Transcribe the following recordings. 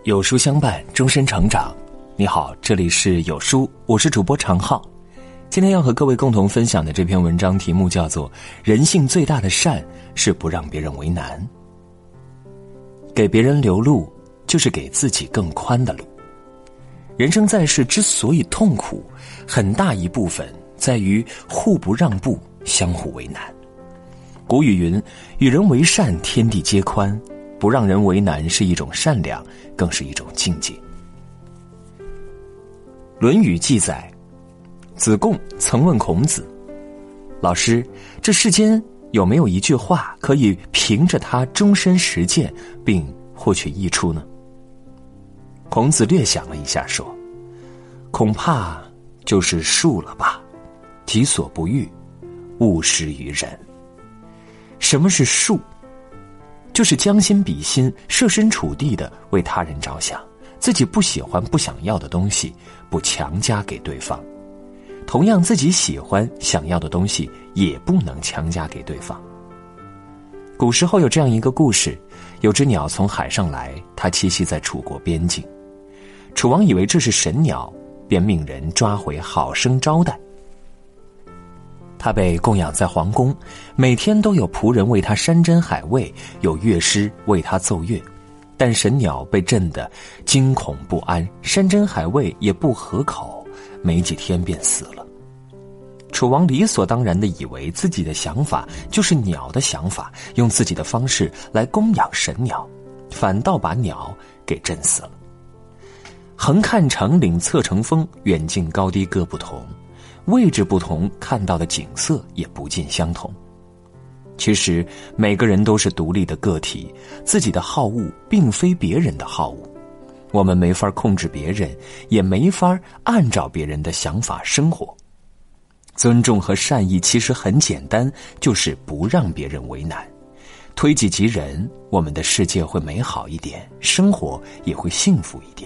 有书相伴，终身成长。你好，这里是有书，我是主播常浩。今天要和各位共同分享的这篇文章题目叫做人性最大的善是不让别人为难。给别人留路，就是给自己更宽的路。人生在世之所以痛苦，很大一部分在于互不让步，相互为难。古语云，与人为善，天地皆宽，不让人为难是一种善良，更是一种境界。论语记载，子贡曾问孔子，老师，这世间有没有一句话可以凭着它终身实践并获取益处呢？孔子略想了一下说，恐怕就是恕了吧，己所不欲，勿施于人。什么是恕？就是将心比心，设身处地的为他人着想，自己不喜欢不想要的东西不强加给对方，同样自己喜欢想要的东西也不能强加给对方。古时候有这样一个故事，有只鸟从海上来，它栖息在楚国边境。楚王以为这是神鸟，便命人抓回好生招待。他被供养在皇宫，每天都有仆人为他山珍海味，有乐师为他奏乐。但神鸟被震得惊恐不安，山珍海味也不合口，没几天便死了。楚王理所当然地以为自己的想法就是鸟的想法，用自己的方式来供养神鸟，反倒把鸟给震死了。横看成岭侧成峰，远近高低各不同，位置不同，看到的景色也不尽相同。其实每个人都是独立的个体，自己的好恶并非别人的好恶，我们没法控制别人，也没法按照别人的想法生活。尊重和善意其实很简单，就是不让别人为难。推己及人，我们的世界会美好一点，生活也会幸福一点。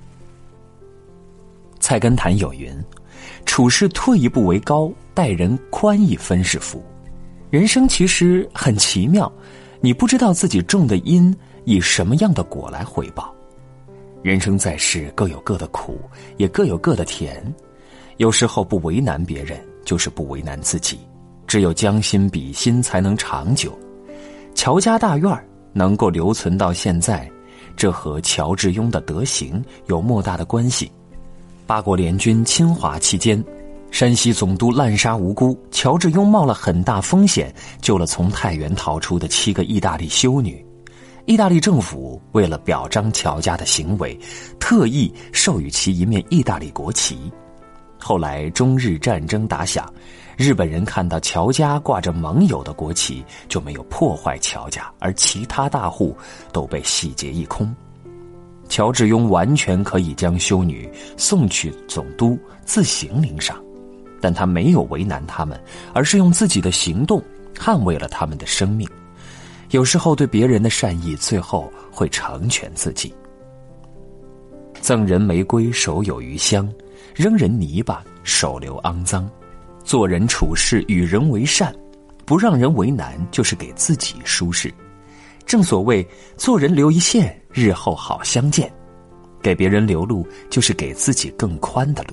菜根谭有云，处事退一步为高，待人宽一分是福。人生其实很奇妙，你不知道自己种的因以什么样的果来回报。人生在世各有各的苦，也各有各的甜，有时候不为难别人就是不为难自己，只有将心比心才能长久。乔家大院能够留存到现在，这和乔致庸的德行有莫大的关系。八国联军侵华期间，山西总督滥杀无辜，乔致庸冒了很大风险救了从太原逃出的7个意大利修女。意大利政府为了表彰乔家的行为，特意授予其一面意大利国旗。后来中日战争打响，日本人看到乔家挂着盟友的国旗，就没有破坏乔家，而其他大户都被洗劫一空。乔致庸完全可以将修女送去总督自行领赏，但他没有为难他们，而是用自己的行动捍卫了他们的生命。有时候对别人的善意，最后会成全自己。赠人玫瑰手有余香，扔人泥巴手留肮脏。做人处事与人为善，不让人为难，就是给自己舒适。正所谓做人留一线，日后好相见。给别人留路，就是给自己更宽的路。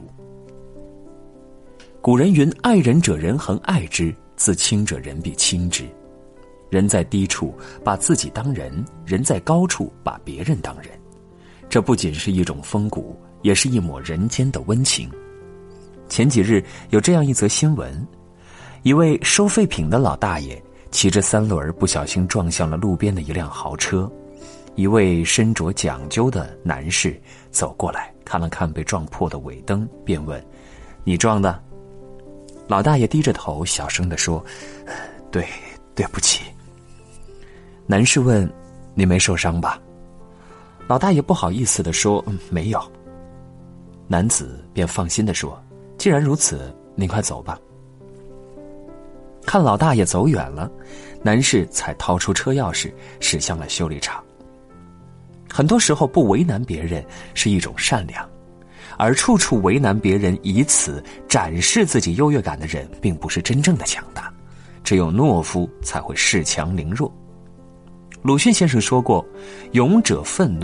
古人云，爱人者人恒爱之，自轻者人必轻之。人在低处把自己当人，人在高处把别人当人，这不仅是一种风骨，也是一抹人间的温情。前几日有这样一则新闻，一位收废品的老大爷骑着3轮不小心撞向了路边的一辆豪车。一位身着讲究的男士走过来，看了看被撞破的尾灯，便问，你撞的？老大爷低着头小声地说，对不起。男士问，你没受伤吧？老大爷不好意思地说，没有。男子便放心地说，既然如此，您快走吧。看老大爷走远了，男士才掏出车钥匙驶向了修理厂。很多时候不为难别人是一种善良，而处处为难别人，以此展示自己优越感的人，并不是真正的强大。只有懦夫才会恃强凌弱。鲁迅先生说过，勇者愤怒，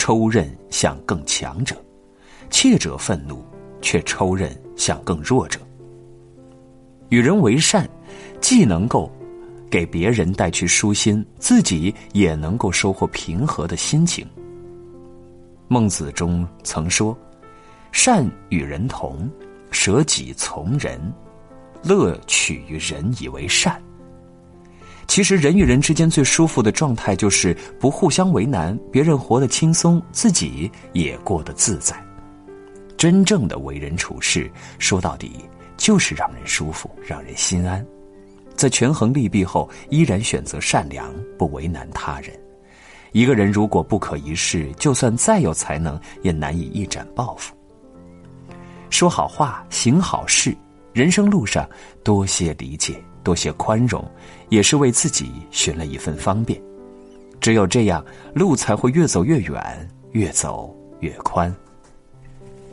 抽刃向更强者；怯者愤怒，却抽刃向更弱者。与人为善，既能够给别人带去舒心，自己也能够收获平和的心情。孟子中曾说：善与人同，舍己从人，乐取于人以为善。其实人与人之间最舒服的状态就是不互相为难，别人活得轻松，自己也过得自在。真正的为人处事，说到底就是让人舒服，让人心安。在权衡利弊后，依然选择善良，不为难他人。一个人如果不可一世，就算再有才能，也难以一展抱负。说好话，行好事，人生路上多些理解，多些宽容，也是为自己寻了一份方便。只有这样，路才会越走越远，越走越宽。